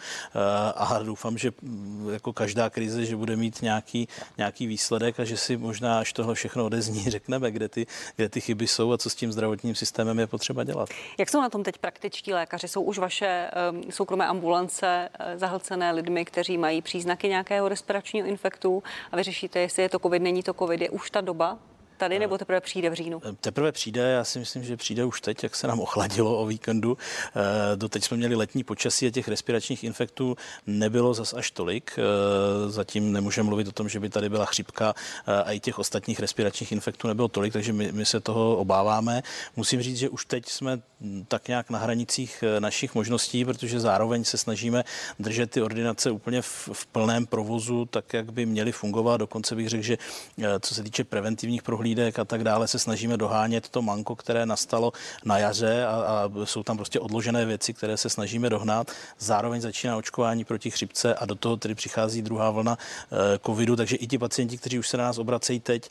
a doufám, že jako každá krize, že bude mít nějaký výsledek a že si možná, až tohle všechno odezní, řekneme, kde ty chyby jsou a co s tím zdravotním systémem je potřeba dělat. Jak jsou na tom teď praktičtí lékaři? Jsou už vaše soukromé ambulance zahlcené lidmi, kteří mají příznaky nějakého respiračního infektu a vy řešíte, jestli je to covid, není to covid, je už ta doba tady, nebo teprve přijde v říjnu? Teprve přijde, já si myslím, že přijde už teď, jak se nám ochladilo o víkendu. Doteď jsme měli letní počasí a těch respiračních infektů nebylo zas až tolik. Zatím nemůžeme mluvit o tom, že by tady byla chřipka a i těch ostatních respiračních infektů nebylo tolik, takže my se toho obáváme. Musím říct, že už teď jsme tak nějak na hranicích našich možností, protože zároveň se snažíme držet ty ordinace úplně v plném provozu, tak, jak by měly fungovat. Dokonce bych řekl, že co se týče preventivních prohlídek a tak dále, se snažíme dohánět to manko, které nastalo na jaře a jsou tam prostě odložené věci, které se snažíme dohnat. Zároveň začíná očkování proti chřipce a do toho tedy přichází druhá vlna covidu, takže i ti pacienti, kteří už se na nás obracejí teď,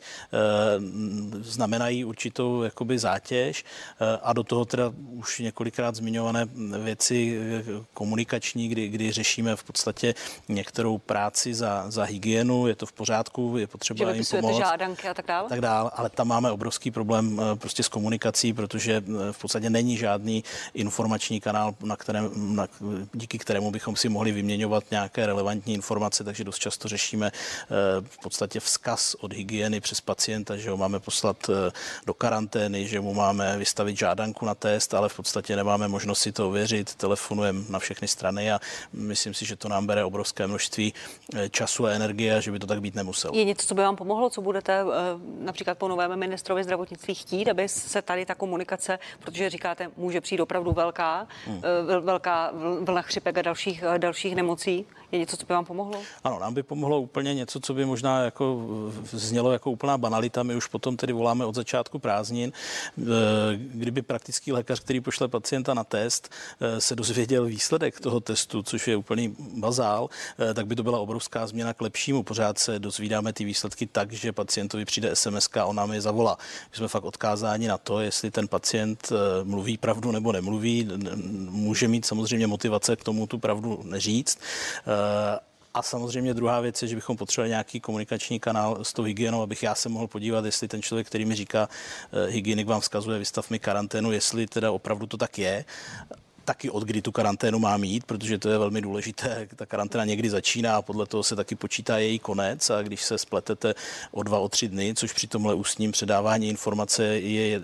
znamenají určitou jakoby zátěž a do toho teda už několikrát zmiňované věci komunikační, kdy řešíme v podstatě některou práci za hygienu, je to v pořádku, je potřeba jim pomoct. Žádanky a tak dále? Tak dále. dále, ale tam máme obrovský problém prostě s komunikací, protože v podstatě není žádný informační kanál, díky kterému bychom si mohli vyměňovat nějaké relevantní informace, takže dost často řešíme v podstatě vzkaz od hygieny přes pacienta, že ho máme poslat do karantény, že mu máme vystavit žádanku na test, ale v podstatě nemáme možnost si to ověřit, telefonujeme na všechny strany a myslím si, že to nám bere obrovské množství času a energie, že by to tak být nemuselo. Je něco, co by vám pomohlo, co budete například po novém ministrovi zdravotnictví chtít, aby se tady ta komunikace, protože říkáte, může přijít opravdu velká vlna chřipek a dalších nemocí. Je něco, co by vám pomohlo? Ano, nám by pomohlo úplně něco, co by možná jako znělo jako úplná banalita. My už potom tedy voláme od začátku prázdnin. Kdyby praktický lékař, který pošle pacienta na test, se dozvěděl výsledek toho testu, což je úplný bazál, tak by to byla obrovská změna k lepšímu. Pořád se dozvídáme ty výsledky tak, že pacientovi přijde SMS a on nám je zavolá. My jsme fakt odkázáni na to, jestli ten pacient mluví pravdu nebo nemluví. Může mít samozřejmě motivace k tomu tu pravdu neříct. A samozřejmě druhá věc je, že bychom potřebovali nějaký komunikační kanál s tou hygienou, abych já se mohl podívat, jestli ten člověk, který mi říká, hygienik vám vzkazuje, vystav mi karanténu, jestli teda opravdu to tak je. Taky od kdy tu karanténu má mít, protože to je velmi důležité. Ta karanténa někdy začíná a podle toho se taky počítá její konec a když se spletete o 2, o 3 dny, což při tomhle ústním předávání informace je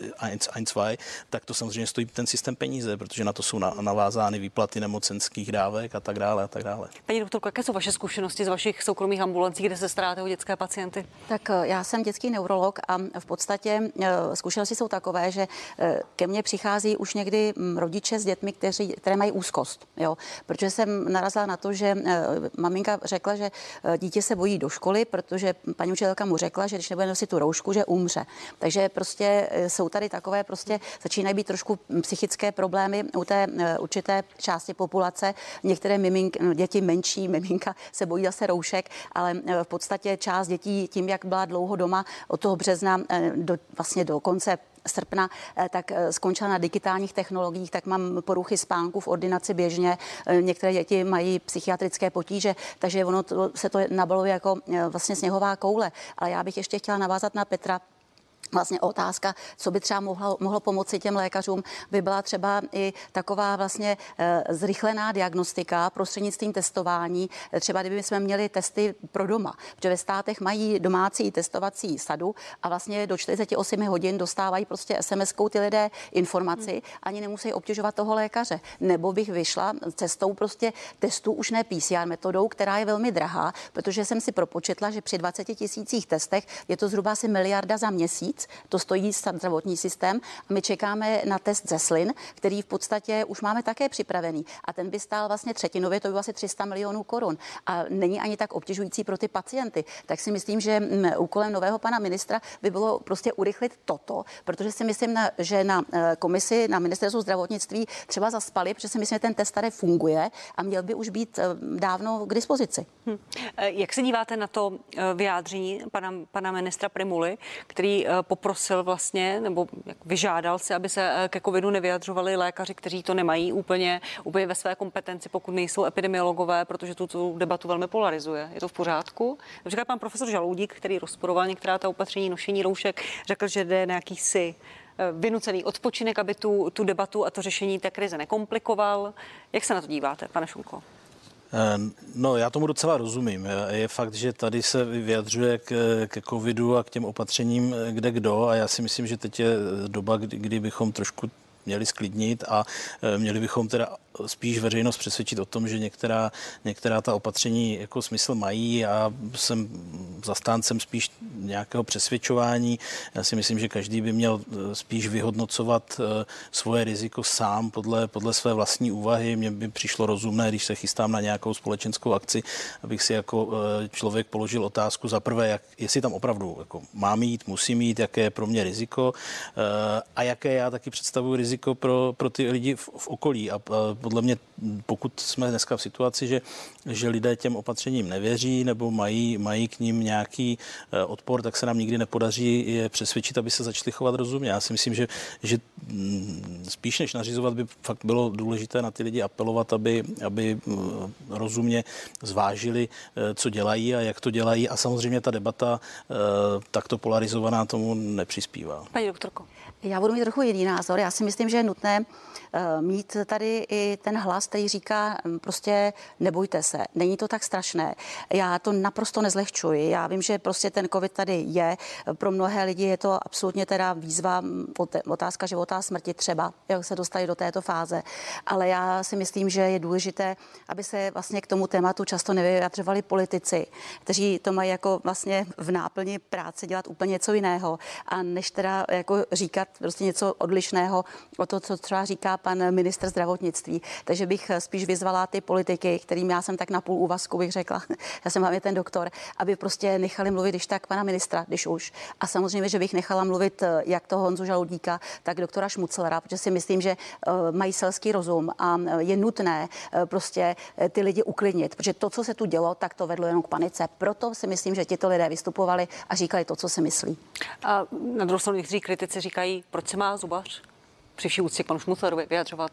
1, tak to samozřejmě stojí ten systém peníze, protože na to jsou navázány výplaty nemocenských dávek a tak dále a tak dále. Paní doktorko, jaké jsou vaše zkušenosti z vašich soukromých ambulancí, kde se staráte o dětské pacienty? Tak já jsem dětský neurolog a v podstatě zkušenosti jsou takové, že ke mně přichází už někdy rodiče s dětmi, které mají úzkost, jo? Protože jsem narazila na to, že maminka řekla, že dítě se bojí do školy, protože paní učitelka mu řekla, že když nebude nosit tu roušku, že umře. Takže prostě jsou tady takové, prostě začínají být trošku psychické problémy u té určité části populace. Některé děti menší, miminka se bojí zase roušek, ale v podstatě část dětí tím, jak byla dlouho doma od toho března vlastně do konce srpna, tak skončila na digitálních technologiích, tak mám poruchy spánku v ordinaci běžně. Některé děti mají psychiatrické potíže, takže se to nabaluje jako vlastně sněhová koule. Ale já bych ještě chtěla navázat na Petra. Vlastně otázka, co by třeba mohlo pomoci těm lékařům, by byla třeba i taková vlastně zrychlená diagnostika prostřednictvím testování. Třeba kdyby jsme měli testy pro doma, protože ve státech mají domácí testovací sadu a vlastně do 48 hodin dostávají prostě SMS-kou ty lidé informaci, ani nemusí obtěžovat toho lékaře. Nebo bych vyšla cestou prostě testů, už ne PCR metodou, která je velmi drahá, protože jsem si propočetla, že při 20 000 testech je to zhruba asi miliarda za měsíc. To stojí zdravotní systém a my čekáme na test ze slin, který v podstatě už máme také připravený a ten by stál vlastně třetinově, to by bylo asi 300 milionů korun a není ani tak obtěžující pro ty pacienty. Tak si myslím, že úkolem nového pana ministra by bylo prostě urychlit toto, protože si myslím, že na komisi na ministerstvu zdravotnictví třeba zaspali, protože si myslím, že ten test tady funguje a měl by už být dávno k dispozici. Jak se díváte na to vyjádření pana ministra Prymuly, který poprosil vlastně, nebo vyžádal si, aby se ke covidu nevyjadřovali lékaři, kteří to nemají úplně ve své kompetenci, pokud nejsou epidemiologové, protože tu debatu velmi polarizuje. Je to v pořádku? Například pan profesor Žaloudík, který rozporoval některá ta opatření nošení roušek, řekl, že jde na jakýsi vynucený odpočinek, aby tu debatu a to řešení té krize nekomplikoval. Jak se na to díváte, pane Šunko? No, já tomu docela rozumím. Je fakt, že tady se vyjadřuje ke covidu a k těm opatřením kde kdo a já si myslím, že teď je doba, kdy bychom trošku měli sklidnit a měli bychom teda spíš veřejnost přesvědčit o tom, že některá ta opatření jako smysl mají a jsem zastáncem spíš nějakého přesvědčování. Já si myslím, že každý by měl spíš vyhodnocovat svoje riziko sám podle své vlastní úvahy. Mně by přišlo rozumné, když se chystám na nějakou společenskou akci, abych si jako člověk položil otázku za prvé, jestli tam opravdu jako mám jít, musím jít, jaké je pro mě riziko a jaké já taky představuji riziko pro ty lidi v okolí. A podle mě, pokud jsme dneska v situaci, že lidé těm opatřením nevěří nebo mají k ním nějaký odpor odpor, tak se nám nikdy nepodaří je přesvědčit, aby se začali chovat rozumně. Já si myslím, že spíš než nařizovat by fakt bylo důležité na ty lidi apelovat, aby rozumně zvážili, co dělají a jak to dělají. A samozřejmě ta debata takto polarizovaná tomu nepřispívá. Paní doktorko. Já budu mít trochu jiný názor. Já si myslím, že je nutné mít tady i ten hlas, který říká prostě nebojte se, není to tak strašné. Já to naprosto nezlehčuji. Já vím, že prostě ten covid tady je. Pro mnohé lidi je to absolutně teda výzva, otázka života a smrti třeba, jak se dostali do této fáze. Ale já si myslím, že je důležité, aby se vlastně k tomu tématu často nevyjadřovali politici, kteří to mají jako vlastně v náplni práce dělat úplně něco jiného a než teda jako říkat prostě něco odlišného o to, co třeba říká pan ministr zdravotnictví. Takže bych spíš vyzvala ty politiky, kterým já jsem tak na půl úvazku, bych řekla, já jsem hlavně ten doktor, aby prostě nechali mluvit když tak pana ministra, když už. A samozřejmě, že bych nechala mluvit jak toho Honzu Žaloudíka, tak doktora Šmuclera, protože si myslím, že mají selský rozum a je nutné prostě ty lidi uklidnit, protože to, co se tu dělo, tak to vedlo jenom k panice. Proto si myslím, že tito lidé vystupovali a říkali to, co si myslí. A na druhou stranu někteří kritici říkají, proč se má zubař při vší úctě k panu Šmuclerovi vyjadřovat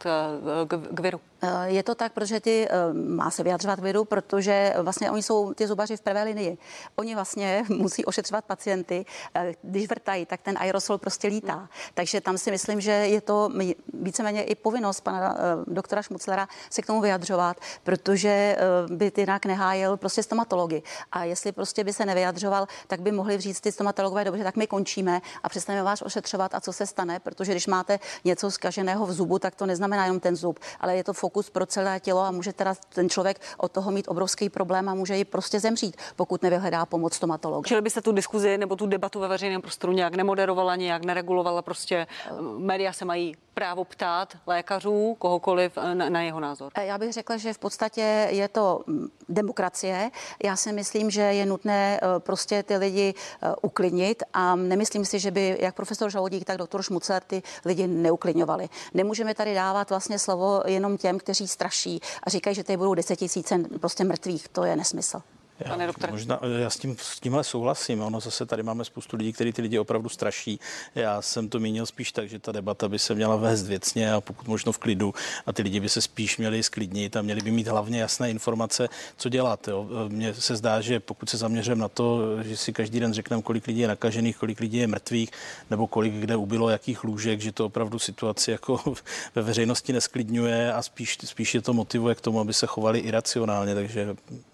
k viru? Je to tak, protože má se vyjadřovat viru, protože vlastně oni jsou ty zubaři v prvé linii. Oni vlastně musí ošetřovat pacienty. Když vrtají, tak ten aerosol prostě lítá. Takže tam si myslím, že je to víceméně i povinnost pana doktora Šmuclera se k tomu vyjadřovat, protože by jinak nehájil prostě stomatology. A jestli prostě by se nevyjadřoval, tak by mohli říct ty stomatologové, dobře, tak my končíme a přestaneme vás ošetřovat a co se stane, protože když máte něco zkaženého v zubu, tak to neznamená jenom ten zub, ale je to fokus pro celé tělo a může teda ten člověk od toho mít obrovský problém a může i prostě zemřít, pokud nevyhledá pomoc stomatologa. Čili byste tu diskuzi nebo tu debatu ve veřejném prostoru nějak nemoderovala, nějak neregulovala, prostě média se mají právo ptát lékařů, kohokoliv na jeho názor? Já bych řekla, že v podstatě je to demokracie. Já si myslím, že je nutné prostě ty lidi uklidnit a nemyslím si, že by jak profesor Žaloudík, tak doktor Šmucler ty lidi neuklidňovali. Nemůžeme tady dávat vlastně slovo jenom těm, kteří straší a říkají, že tady budou 10 000 prostě mrtvých. To je nesmysl. Možná já s tímhle souhlasím. Ono zase tady máme spoustu lidí, kteří ty lidi opravdu straší. Já jsem to mínil spíš tak, že ta debata by se měla vést věcně a pokud možno v klidu a ty lidi by se spíš měli sklidnit a měli by mít hlavně jasné informace, co dělat. Jo. Mně se zdá, že pokud se zaměřím na to, že si každý den řekneme, kolik lidí je nakažených, kolik lidí je mrtvých, nebo kolik kde ubylo jakých lůžek, že to opravdu situaci jako ve veřejnosti nesklidňuje a spíš je to motivuje k tomu, aby se chovali iracionálně, takže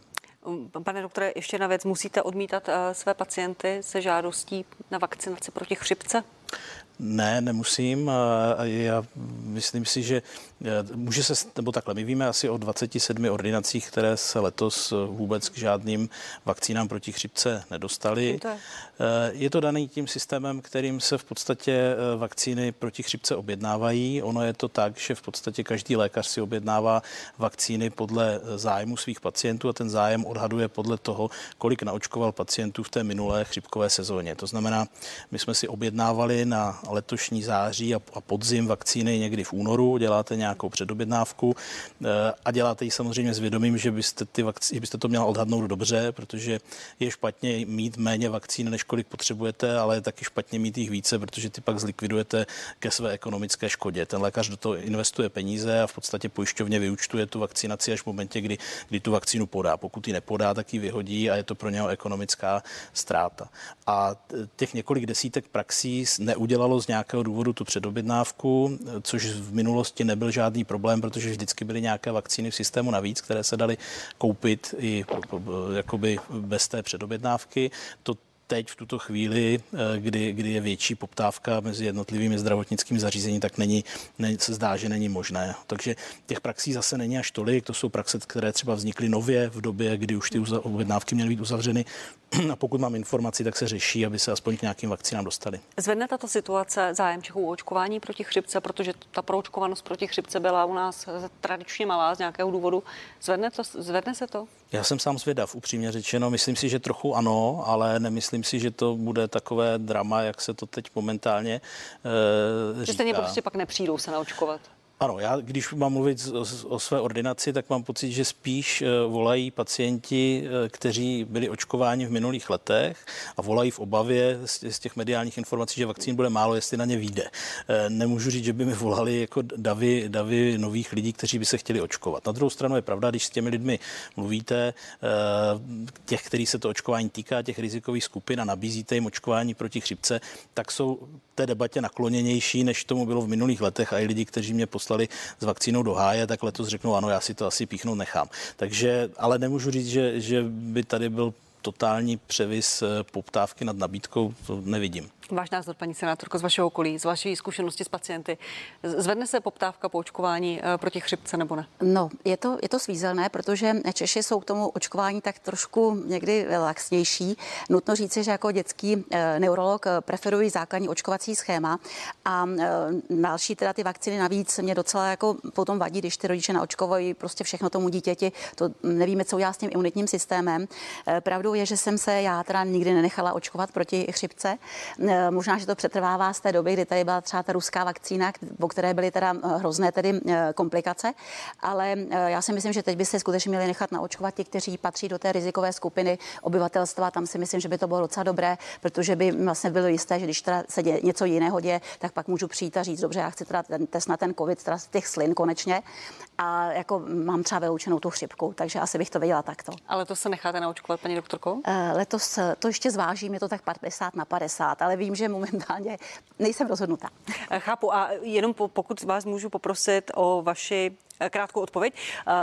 Pane doktore, ještě na věc. Musíte odmítat své pacienty se žádostí na vakcinaci proti chřipce? Ne, nemusím. Já myslím si, že může se, nebo takhle, my víme asi o 27 ordinacích, které se letos vůbec k žádným vakcínám proti chřipce nedostaly. Je to daný tím systémem, kterým se v podstatě vakcíny proti chřipce objednávají. Ono je to tak, že v podstatě každý lékař si objednává vakcíny podle zájmu svých pacientů a ten zájem odhaduje podle toho, kolik naočkoval pacientů v té minulé chřipkové sezóně. To znamená, my jsme si objednávali na letošní září a podzim vakcíny někdy v únoru, děláte nějakou předobjednávku a děláte ji samozřejmě s vědomím, že byste to měla odhadnout dobře, protože je špatně mít méně vakcín, než kolik potřebujete, ale je taky špatně mít jich více, protože ty pak zlikvidujete ke své ekonomické škodě. Ten lékař do toho investuje peníze a v podstatě pojišťovně vyúčtuje tu vakcinaci až v momentě, kdy tu vakcínu podá. Pokud ji nepodá, tak ji vyhodí a je to pro něho ekonomická ztráta. A těch několik desítek praxí neudělalo z nějakého důvodu tu předobjednávku, což v minulosti nebyl žádný problém, protože vždycky byly nějaké vakcíny v systému navíc, které se daly koupit i jakoby bez té předobjednávky. To teď v tuto chvíli, kdy je větší poptávka mezi jednotlivými zdravotnickými zařízení, tak se zdá, že není možné. Takže těch praxí zase není až tolik. To jsou praxe, které třeba vznikly nově v době, kdy už ty objednávky měly být uzavřeny. A pokud mám informaci, tak se řeší, aby se aspoň k nějakým vakcínám dostali. Zvedne tato situace zájem Čechů o očkování proti chřipce, protože ta proočkovanost proti chřipce byla u nás tradičně malá z nějakého důvodu. Zvedne se to? Já jsem sám zvědav, upřímně řečeno. Myslím si, že trochu ano, ale nemyslím si, že to bude takové drama, jak se to teď momentálně říká. Že stejně prostě pak nepřijdou se naočkovat. Ano, já když mám mluvit o své ordinaci, tak mám pocit, že spíš volají pacienti, kteří byli očkováni v minulých letech a volají v obavě z těch mediálních informací, že vakcín bude málo, jestli na ně vyjde. Nemůžu říct, že by mi volali jako davy nových lidí, kteří by se chtěli očkovat. Na druhou stranu je pravda, když s těmi lidmi mluvíte, těch, kterých se to očkování týká, těch rizikových skupin a nabízíte jim očkování proti chřipce, tak jsou té debatě nakloněnější, než tomu bylo v minulých letech, a i lidi, kteří mě poslali s vakcínou do háje, tak letos řeknou, ano, já si to asi píchnout nechám. Takže, ale nemůžu říct, že by tady byl totální převis poptávky nad nabídkou, to nevidím. Váš názor, paní senátorko, z vašeho okolí, z vaší zkušenosti s pacienty. Zvedne se poptávka po očkování proti chřipce nebo ne? No, je to svízelné, protože Češi jsou k tomu očkování tak trošku někdy laxnější. Nutno říci, že jako dětský neurolog preferuji základní očkovací schéma a další teda ty vakcíny navíc mě docela jako potom vadí, když ty rodiče naočkovají prostě všechno tomu dítěti. To nevíme, co udělá s tím imunitním systémem. Pravdou je, že jsem se já teda nikdy nenechala očkovat proti chřipce. Možná, že to přetrvává z té doby, kdy tady byla třeba ta ruská vakcína, po které byly teda hrozné tedy komplikace, ale já si myslím, že teď by se skutečně měli nechat naočkovat ti, kteří patří do té rizikové skupiny obyvatelstva. Tam si myslím, že by to bylo docela dobré, protože by vlastně bylo jisté, že když teda se děje něco jiného děje, tak pak můžu přijít a říct, dobře, já chci teda ten test na ten covid, teda z těch slin konečně, a jako mám třeba vyloučenou tu chřipku, takže asi bych to věděla takto. Ale to se necháte naočkovat, paní doktorko? Letos to ještě zvážím, je to tak 50/50, ale vím, že momentálně nejsem rozhodnutá. Chápu, a jenom pokud vás můžu poprosit o vaši krátkou odpověď.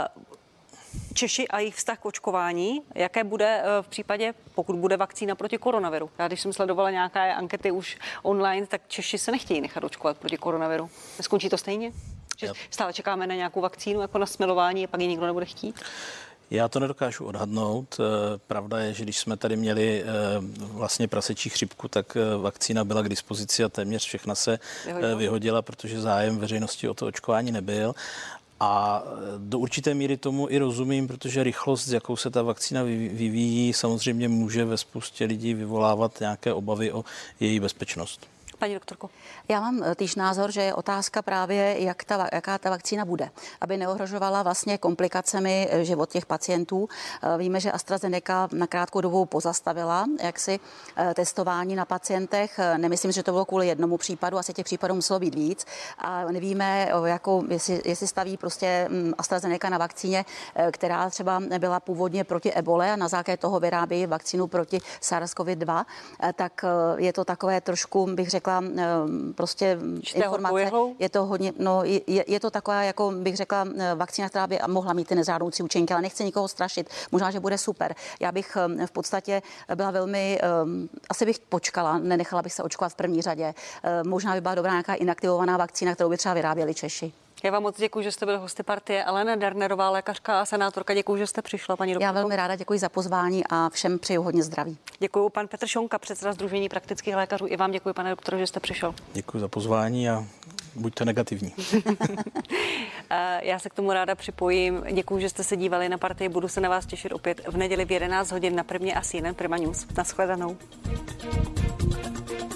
Češi a jejich vztah k očkování, jaké bude v případě, pokud bude vakcína proti koronaviru? Já když jsem sledovala nějaké ankety už online, tak Češi se nechtějí nechat očkovat proti koronaviru. Skončí to stejně? Že stále čekáme na nějakou vakcínu jako na smilování a pak ji nikdo nebude chtít? Já to nedokážu odhadnout. Pravda je, že když jsme tady měli vlastně prasečí chřipku, tak vakcína byla k dispozici a téměř všechna se vyhodila, protože zájem veřejnosti o to očkování nebyl. A do určité míry tomu i rozumím, protože rychlost, s jakou se ta vakcína vyvíjí, samozřejmě může ve spoustě lidí vyvolávat nějaké obavy o její bezpečnost. Paní doktorko. Já mám týž názor, že je otázka právě, jaká ta vakcína bude, aby neohrožovala vlastně komplikacemi život těch pacientů. Víme, že AstraZeneca na krátkou dobu pozastavila jaksi testování na pacientech. Nemyslím, že to bylo kvůli jednomu případu, asi těch případů muselo být víc. A nevíme, jestli staví prostě AstraZeneca na vakcíně, která třeba byla původně proti ebole a na základě toho vyrábí vakcínu proti SARS-CoV-2, tak je to takové trošku, bych řekla, prostě informace. Je to hodně, no, je to taková, jako bych řekla, vakcína, která by mohla mít ty nežádoucí účinky, ale nechci nikoho strašit. Možná, že bude super. Já bych v podstatě byla velmi, asi bych počkala, nenechala bych se očkovat v první řadě. Možná by byla dobrá nějaká inaktivovaná vakcína, kterou by třeba vyráběli Češi. Já vám moc děkuji, že jste byli hosty partie. Alena Dernerová, lékařka a senátorka. Děkuji, že jste přišla, paní doktorko. Já velmi ráda děkuji za pozvání a všem přeju hodně zdraví. Děkuji, pan Petr Šonka, předseda Sdružení praktických lékařů. I vám děkuji, pane doktore, že jste přišel. Děkuji za pozvání a buďte negativní. Já se k tomu ráda připojím. Děkuji, že jste se dívali na partii. Budu se na vás těšit opět v neděli v 11 hodin na Primě a CNN Prima News. Naschledanou.